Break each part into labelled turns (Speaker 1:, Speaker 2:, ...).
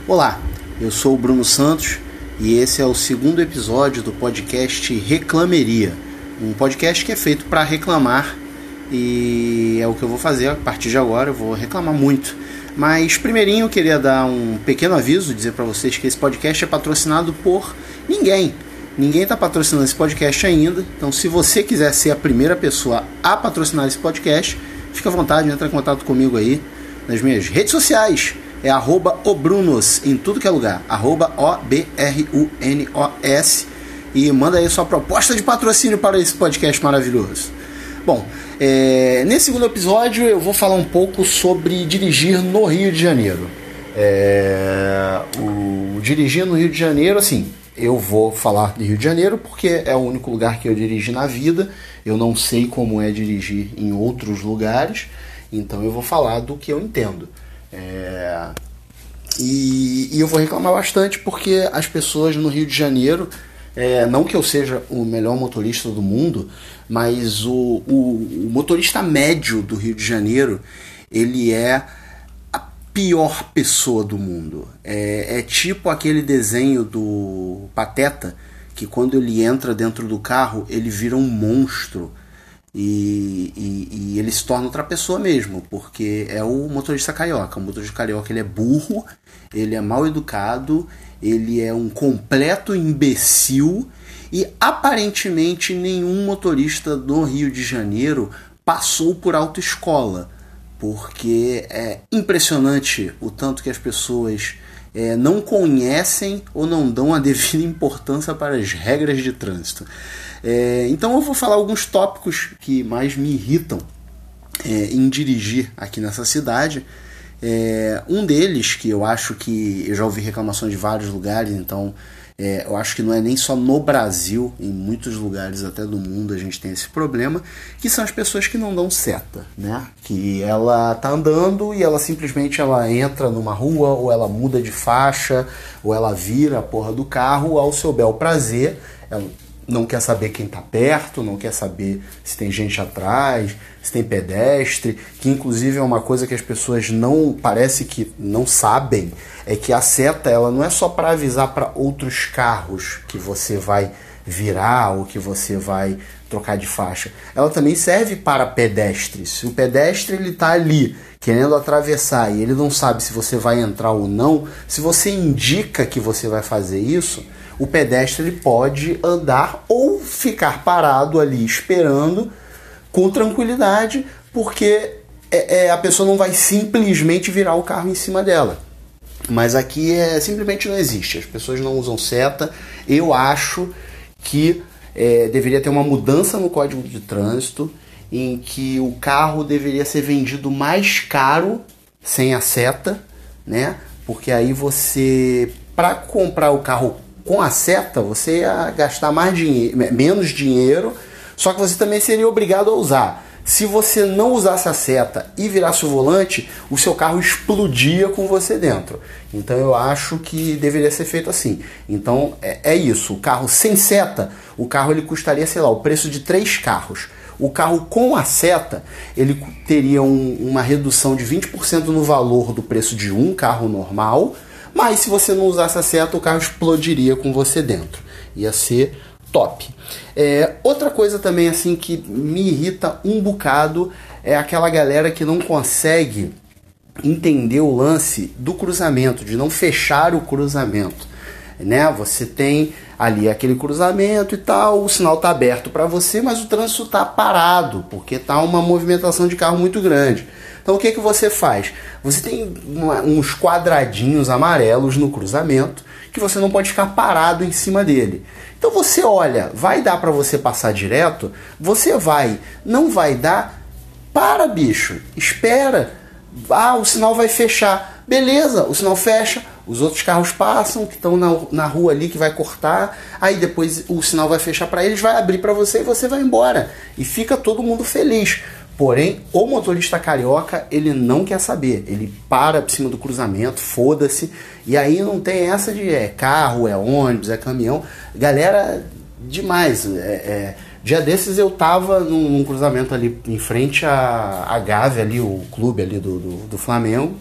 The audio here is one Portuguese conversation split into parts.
Speaker 1: Olá, eu sou o Bruno Santos e esse é o segundo episódio do podcast Reclameria, um podcast que é feito para reclamar e é o que eu vou fazer a partir de agora. Eu vou reclamar muito, mas primeirinho eu queria dar um pequeno aviso, dizer para vocês que esse podcast é patrocinado por ninguém está patrocinando esse podcast ainda, então se você quiser ser a primeira pessoa a patrocinar esse podcast, fica à vontade, entra em contato comigo aí nas minhas redes sociais. É @obrunos em tudo que é lugar, @OBRUNOS, e manda aí sua proposta de patrocínio para esse podcast maravilhoso. Bom, nesse segundo episódio eu vou falar um pouco sobre dirigir no Rio de Janeiro. O dirigir no Rio de Janeiro, assim, eu vou falar do Rio de Janeiro porque é o único lugar que eu dirigi na vida. Eu não sei como é dirigir em outros lugares, então eu vou falar do que eu entendo. E eu vou reclamar bastante porque as pessoas no Rio de Janeiro, não que eu seja o melhor motorista do mundo, mas o motorista médio do Rio de Janeiro, ele é a pior pessoa do mundo. É tipo aquele desenho do Pateta, que quando ele entra dentro do carro, ele vira um monstro. E ele se torna outra pessoa mesmo, porque é o motorista carioca. O motorista carioca, ele é burro, ele é mal educado, ele é um completo imbecil, e aparentemente nenhum motorista do Rio de Janeiro passou por autoescola, porque é impressionante o tanto que as pessoas não conhecem ou não dão a devida importância para as regras de trânsito. Então eu vou falar alguns tópicos que mais me irritam em dirigir aqui nessa cidade. Um deles, que eu acho que eu já ouvi reclamações de vários lugares, então eu acho que não é nem só no Brasil, em muitos lugares até do mundo a gente tem esse problema, que são as pessoas que não dão seta, né? Que ela tá andando e ela simplesmente entra numa rua, ou ela muda de faixa, ou ela vira a porra do carro ao seu bel prazer. Ela não quer saber quem está perto, não quer saber se tem gente atrás, se tem pedestre, que inclusive é uma coisa que as pessoas parece que não sabem, é que a seta ela não é só para avisar para outros carros que você vai virar ou que você vai trocar de faixa. Ela também serve para pedestres. Se o pedestre ele está ali querendo atravessar e ele não sabe se você vai entrar ou não, se você indica que você vai fazer isso, o pedestre ele pode andar ou ficar parado ali esperando com tranquilidade, porque a pessoa não vai simplesmente virar o carro em cima dela. Mas aqui simplesmente não existe. As pessoas não usam seta. Eu acho que deveria ter uma mudança no Código de Trânsito, em que o carro deveria ser vendido mais caro sem a seta, né? Porque aí você, para comprar o carro com a seta, você ia gastar menos dinheiro, só que você também seria obrigado a usar. Se você não usasse a seta e virasse o volante, o seu carro explodia com você dentro. Então eu acho que deveria ser feito assim. Então é isso, o carro sem seta, o carro ele custaria, sei lá, o preço de 3 carros. O carro com a seta, ele teria uma redução de 20% no valor do preço de um carro normal, mas se você não usasse a seta, o carro explodiria com você dentro. Ia ser top. Outra coisa também assim que me irrita um bocado é aquela galera que não consegue entender o lance do cruzamento, de não fechar o cruzamento, né? Você tem ali aquele cruzamento e tal, o sinal está aberto para você, mas o trânsito está parado, porque está uma movimentação de carro muito grande. Então o que você faz? Você tem uns quadradinhos amarelos no cruzamento que você não pode ficar parado em cima dele. Então você olha, vai dar para você passar direto? Você não vai dar? Para, bicho, espera. O sinal vai fechar. Beleza, o sinal fecha, os outros carros passam, que estão na rua ali, que vai cortar, aí depois o sinal vai fechar para eles, vai abrir para você e você vai embora. E fica todo mundo feliz. Porém, o motorista carioca, ele não quer saber. Ele para por cima do cruzamento, foda-se. E aí não tem essa de carro, ônibus, caminhão. Galera, demais. Dia desses eu tava num cruzamento ali em frente à Gávea, ali, o clube ali do Flamengo.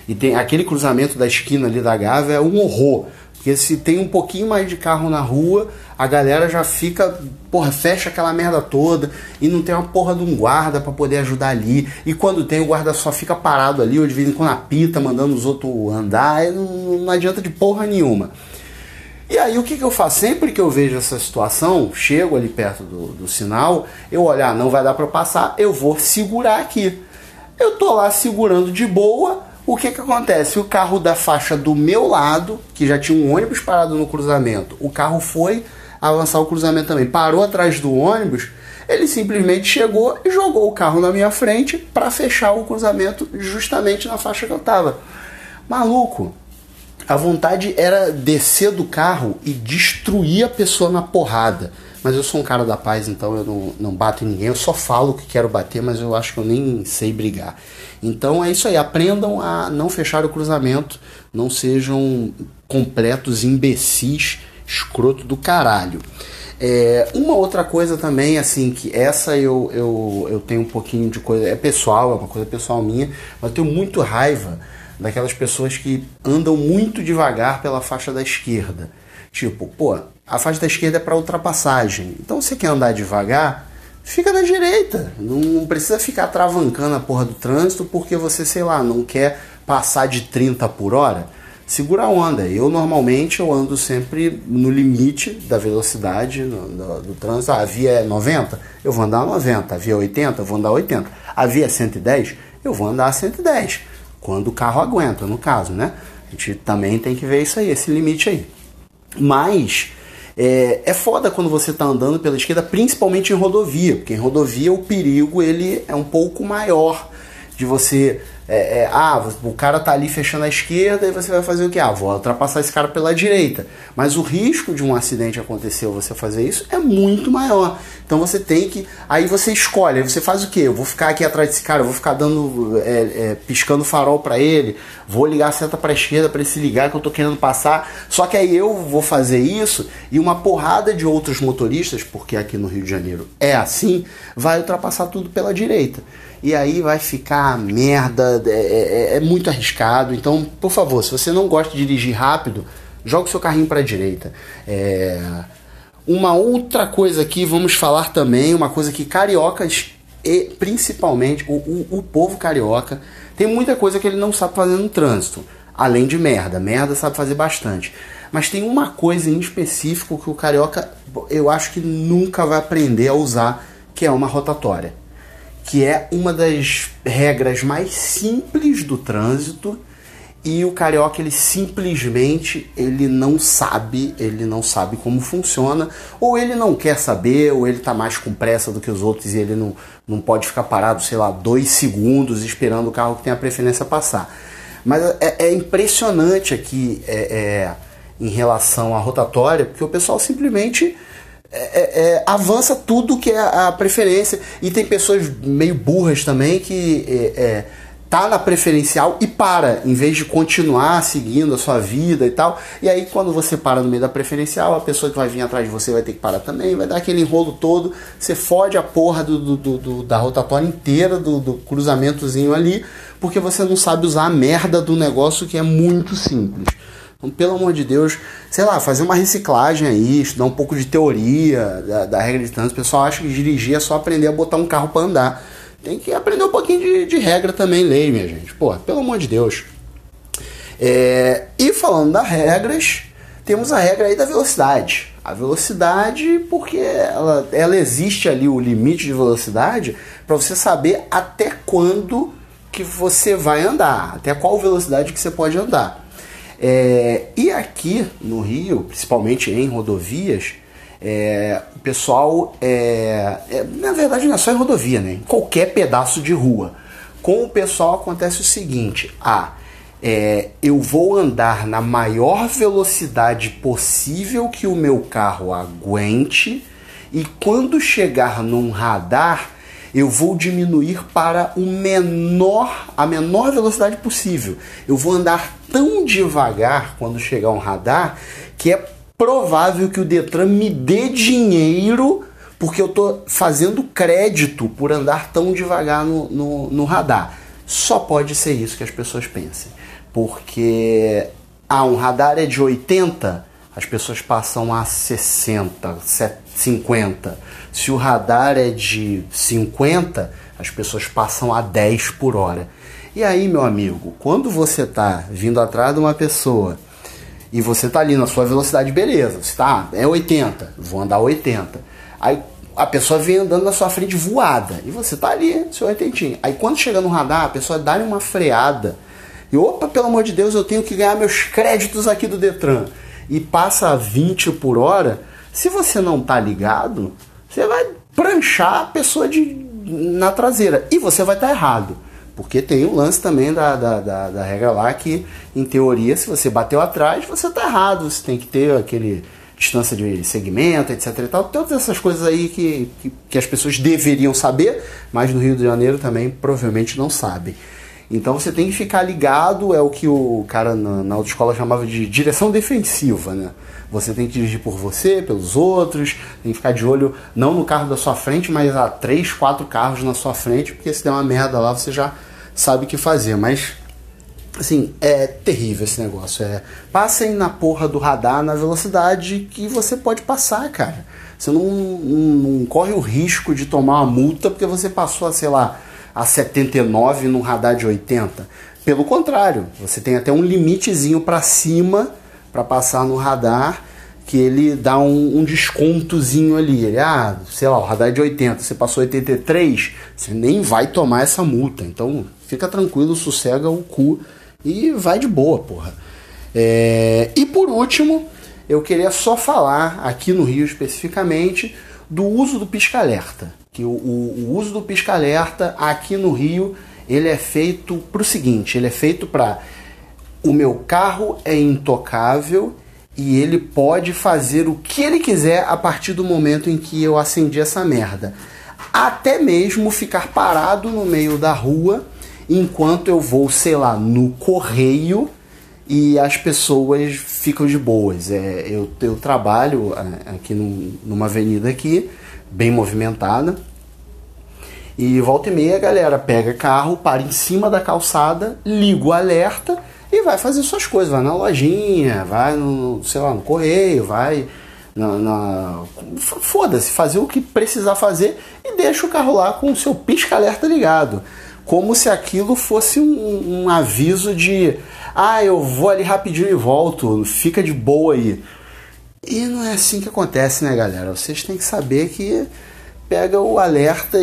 Speaker 1: E tem aquele cruzamento da esquina ali da Gávea é um horror. Porque se tem um pouquinho mais de carro na rua, a galera já fica, porra, fecha aquela merda toda e não tem uma porra de um guarda pra poder ajudar ali. E quando tem, o guarda só fica parado ali, ou de vez em quando apita, mandando os outros andar, e não adianta de porra nenhuma. E aí o que eu faço? Sempre que eu vejo essa situação, chego ali perto do sinal, eu olho, não vai dar pra passar, eu vou segurar aqui. Eu tô lá segurando de boa. O que acontece? O carro da faixa do meu lado, que já tinha um ônibus parado no cruzamento, o carro foi avançar o cruzamento também, parou atrás do ônibus, ele simplesmente chegou e jogou o carro na minha frente para fechar o cruzamento justamente na faixa que eu tava. Maluco, a vontade era descer do carro e destruir a pessoa na porrada. Mas eu sou um cara da paz, então eu não bato em ninguém. Eu só falo que quero bater, mas eu acho que eu nem sei brigar. Então é isso aí. Aprendam a não fechar o cruzamento. Não sejam completos imbecis, escroto do caralho. Uma outra coisa também, assim, que essa eu tenho um pouquinho de coisa... É pessoal, é uma coisa pessoal minha. Mas eu tenho muito raiva daquelas pessoas que andam muito devagar pela faixa da esquerda. Tipo, pô, a faixa da esquerda é para ultrapassagem. Então você quer andar devagar, fica na direita. Não precisa ficar travancando a porra do trânsito porque você, sei lá, não quer passar de 30 por hora. Segura a onda. Eu normalmente ando sempre no limite da velocidade do trânsito. A via é 90, eu vou andar a 90. A via é 80, eu vou andar a 80. A via é 110, eu vou andar a 110. Quando o carro aguenta, no caso, né? A gente também tem que ver isso aí, esse limite aí. Mas é foda quando você está andando pela esquerda, principalmente em rodovia, porque em rodovia o perigo ele é um pouco maior de você... o cara tá ali fechando a esquerda e você vai fazer o quê? Vou ultrapassar esse cara pela direita. Mas o risco de um acidente acontecer ou você fazer isso é muito maior. Então você tem que... Aí você escolhe, aí você faz o quê? Eu vou ficar aqui atrás desse cara, eu vou ficar dando piscando farol pra ele, vou ligar a seta pra esquerda pra ele se ligar que eu tô querendo passar. Só que aí eu vou fazer isso e uma porrada de outros motoristas, porque aqui no Rio de Janeiro é assim, vai ultrapassar tudo pela direita. E aí vai ficar merda, é muito arriscado. Então, por favor, se você não gosta de dirigir rápido, joga o seu carrinho para a direita. Uma outra coisa aqui, vamos falar também, uma coisa que cariocas, e principalmente o povo carioca, tem muita coisa que ele não sabe fazer no trânsito. Além de merda. Merda sabe fazer bastante. Mas tem uma coisa em específico que o carioca, eu acho que nunca vai aprender a usar, que é uma rotatória. Que é uma das regras mais simples do trânsito e o carioca ele simplesmente não sabe como funciona, ou ele não quer saber, ou ele está mais com pressa do que os outros e ele não pode ficar parado, sei lá, 2 segundos esperando o carro que tem a preferência passar. Mas é impressionante aqui em relação à rotatória, porque o pessoal simplesmente... avança tudo que é a preferência. E tem pessoas meio burras também que tá na preferencial e para, em vez de continuar seguindo a sua vida e tal. E aí quando você para no meio da preferencial, a pessoa que vai vir atrás de você vai ter que parar também, vai dar aquele enrolo todo, você fode a porra da rotatória inteira, do cruzamentozinho ali, porque você não sabe usar a merda do negócio que é muito simples. Então, pelo amor de Deus, sei lá, fazer uma reciclagem aí, estudar um pouco de teoria da regra de trânsito. O pessoal acha que dirigir é só aprender a botar um carro para andar. Tem que aprender um pouquinho de regra também, lei, minha gente. Pô, pelo amor de Deus. E falando das regras, temos a regra aí da velocidade. A velocidade, porque ela existe ali, o limite de velocidade, para você saber até quando que você vai andar, até qual velocidade que você pode andar. E aqui no Rio, principalmente em rodovias, o pessoal, na verdade não é só em rodovia, né? Em qualquer pedaço de rua. Com o pessoal acontece o seguinte, eu vou andar na maior velocidade possível que o meu carro aguente e quando chegar num radar, eu vou diminuir para a menor velocidade possível. Eu vou andar tão devagar quando chegar um radar que é provável que o Detran me dê dinheiro porque eu estou fazendo crédito por andar tão devagar no radar. Só pode ser isso que as pessoas pensem. Porque um radar é de 80, as pessoas passam a 60, 50. Se o radar é de 50, as pessoas passam a 10 por hora. E aí, meu amigo, quando você tá vindo atrás de uma pessoa e você tá ali na sua velocidade, beleza, você tá, é 80, vou andar 80. Aí a pessoa vem andando na sua frente voada e você tá ali, seu 80. Aí quando chega no radar, a pessoa dá uma freada e, opa, pelo amor de Deus, eu tenho que ganhar meus créditos aqui do Detran, e passa a 20 por hora. Se você não tá ligado, você vai pranchar a pessoa na traseira e você vai estar errado. Porque tem o lance também da regra lá que, em teoria, se você bateu atrás, você está errado. Você tem que ter aquele distância de segmento, etc e tal. Todas essas coisas aí que as pessoas deveriam saber, mas no Rio de Janeiro também provavelmente não sabem. Então você tem que ficar ligado, é o que o cara na autoescola chamava de direção defensiva, né? Você tem que dirigir por você, pelos outros, tem que ficar de olho não no carro da sua frente, mas a 3, 4 carros na sua frente, porque se der uma merda lá, você já sabe o que fazer. Mas, assim, é terrível esse negócio. Passem na porra do radar na velocidade que você pode passar, cara. Você não corre o risco de tomar uma multa porque você passou, sei lá, a 79 num radar de 80. Pelo contrário, você tem até um limitezinho para cima para passar no radar, que ele dá um descontozinho ali. Ele, sei lá, o radar é de 80, você passou 83, você nem vai tomar essa multa. Então fica tranquilo, sossega o cu e vai de boa, porra. E por último, eu queria só falar, aqui no Rio especificamente, do uso do pisca-alerta. Que o uso do pisca-alerta aqui no Rio, ele é feito pro seguinte, ele é feito para: o meu carro é intocável e ele pode fazer o que ele quiser a partir do momento em que eu acendi essa merda. Até mesmo ficar parado no meio da rua enquanto eu vou, sei lá, no correio e as pessoas ficam de boas. Eu trabalho aqui numa avenida aqui, bem movimentada, e volta e meia a galera pega carro, para em cima da calçada, liga o alerta e vai fazer suas coisas, vai na lojinha, vai no, sei lá, no correio, vai foda-se, fazer o que precisar fazer e deixa o carro lá com o seu pisca-alerta ligado, como se aquilo fosse um aviso de eu vou ali rapidinho e volto, fica de boa aí. E não é assim que acontece, né, galera? Vocês têm que saber que pega o alerta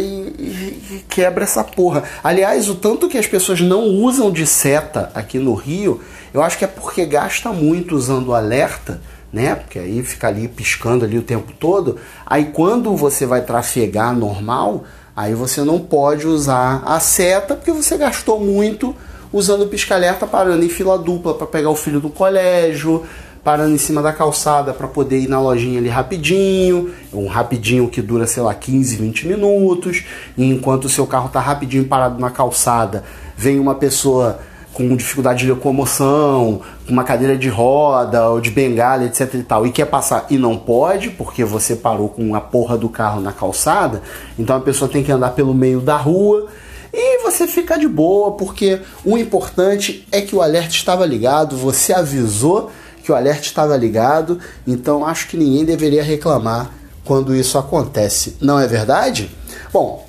Speaker 1: e quebra essa porra. Aliás, o tanto que as pessoas não usam de seta aqui no Rio, eu acho que é porque gasta muito usando o alerta, né? Porque aí fica ali piscando ali o tempo todo. Aí quando você vai trafegar normal, aí você não pode usar a seta porque você gastou muito usando o pisca-alerta, parando em fila dupla para pegar o filho do colégio, parando em cima da calçada para poder ir na lojinha ali rapidinho, um rapidinho que dura, sei lá, 15, 20 minutos, e enquanto o seu carro tá rapidinho parado na calçada, vem uma pessoa com dificuldade de locomoção, com uma cadeira de roda ou de bengala, etc e tal, e quer passar e não pode, porque você parou com a porra do carro na calçada, então a pessoa tem que andar pelo meio da rua, e você fica de boa, porque o importante é que o alerta estava ligado, você avisou que o alerta estava ligado, então acho que ninguém deveria reclamar quando isso acontece, não é verdade? Bom,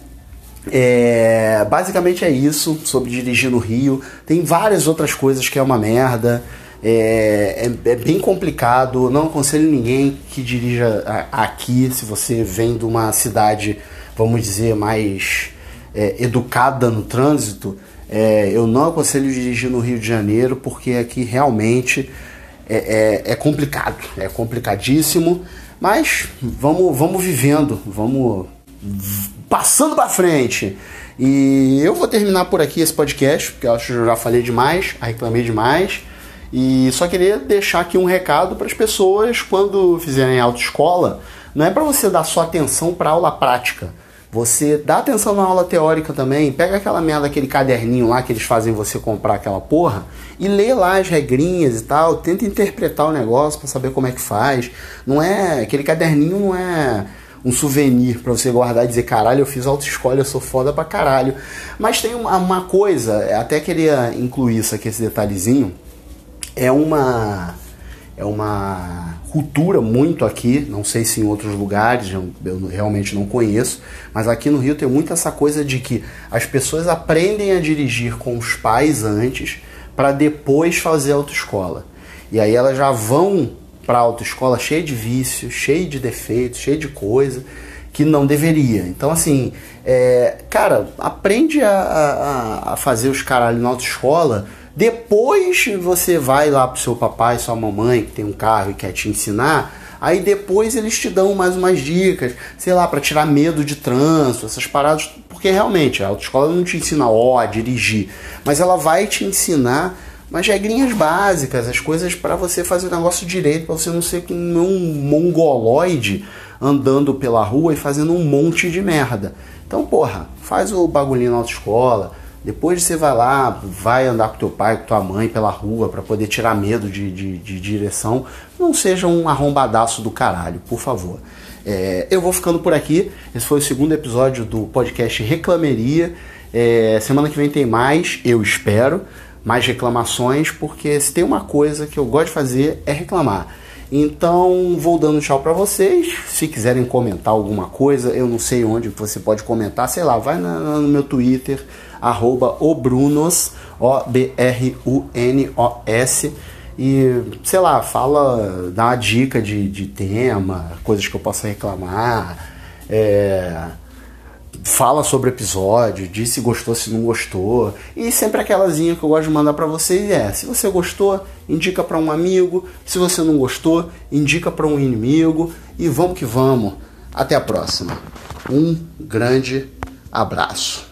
Speaker 1: basicamente é isso sobre dirigir no Rio. Tem várias outras coisas que é uma merda, é bem complicado, não aconselho ninguém que dirija aqui, se você vem de uma cidade, vamos dizer, mais educada no trânsito, eu não aconselho dirigir no Rio de Janeiro, porque aqui realmente é complicado, é complicadíssimo, mas vamos vivendo, vamos passando para frente. E eu vou terminar por aqui esse podcast, porque eu acho que eu já falei demais, reclamei demais, e só queria deixar aqui um recado para as pessoas quando fizerem autoescola. Não é para você dar só atenção para aula prática, você dá atenção na aula teórica também, pega aquela merda, aquele caderninho lá que eles fazem você comprar aquela porra e lê lá as regrinhas e tal, tenta interpretar o negócio para saber como é que faz. Não é, aquele caderninho não é um souvenir pra você guardar e dizer, caralho, eu fiz autoescola, eu sou foda pra caralho. Mas tem uma coisa, até queria incluir isso aqui, esse detalhezinho, é uma cultura muito aqui, não sei se em outros lugares, eu realmente não conheço, mas aqui no Rio tem muito essa coisa de que as pessoas aprendem a dirigir com os pais antes, para depois fazer autoescola. E aí elas já vão para a autoescola cheia de vícios, cheia de defeitos, cheia de coisa que não deveria. Então, assim, cara, aprende a fazer os caralho na autoescola. Depois você vai lá pro seu papai, sua mamãe, que tem um carro e quer te ensinar. Aí depois eles te dão mais umas dicas, sei lá, para tirar medo de trânsito, essas paradas. Porque realmente a autoescola não te ensina a dirigir, mas ela vai te ensinar umas regrinhas básicas, as coisas para você fazer o negócio direito, para você não ser um mongoloide andando pela rua e fazendo um monte de merda. Então, porra, faz o bagulhinho na autoescola, depois você vai lá, vai andar com teu pai, com tua mãe pela rua para poder tirar medo de direção. Não seja um arrombadaço do caralho, por favor. Eu vou ficando por aqui. Esse foi o segundo episódio do podcast Reclameria. Semana que vem tem mais, eu espero. Mais reclamações, porque se tem uma coisa que eu gosto de fazer é reclamar. Então vou dando tchau pra vocês. Se quiserem comentar alguma coisa, eu não sei onde você pode comentar, sei lá, vai no meu Twitter, @obrunos, OBRUNOS, e sei lá, dá uma dica de tema, coisas que eu possa reclamar, fala sobre o episódio, diz se gostou, se não gostou. E sempre aquelazinha que eu gosto de mandar pra vocês se você gostou, indica pra um amigo. Se você não gostou, indica pra um inimigo. E vamos que vamos. Até a próxima. Um grande abraço.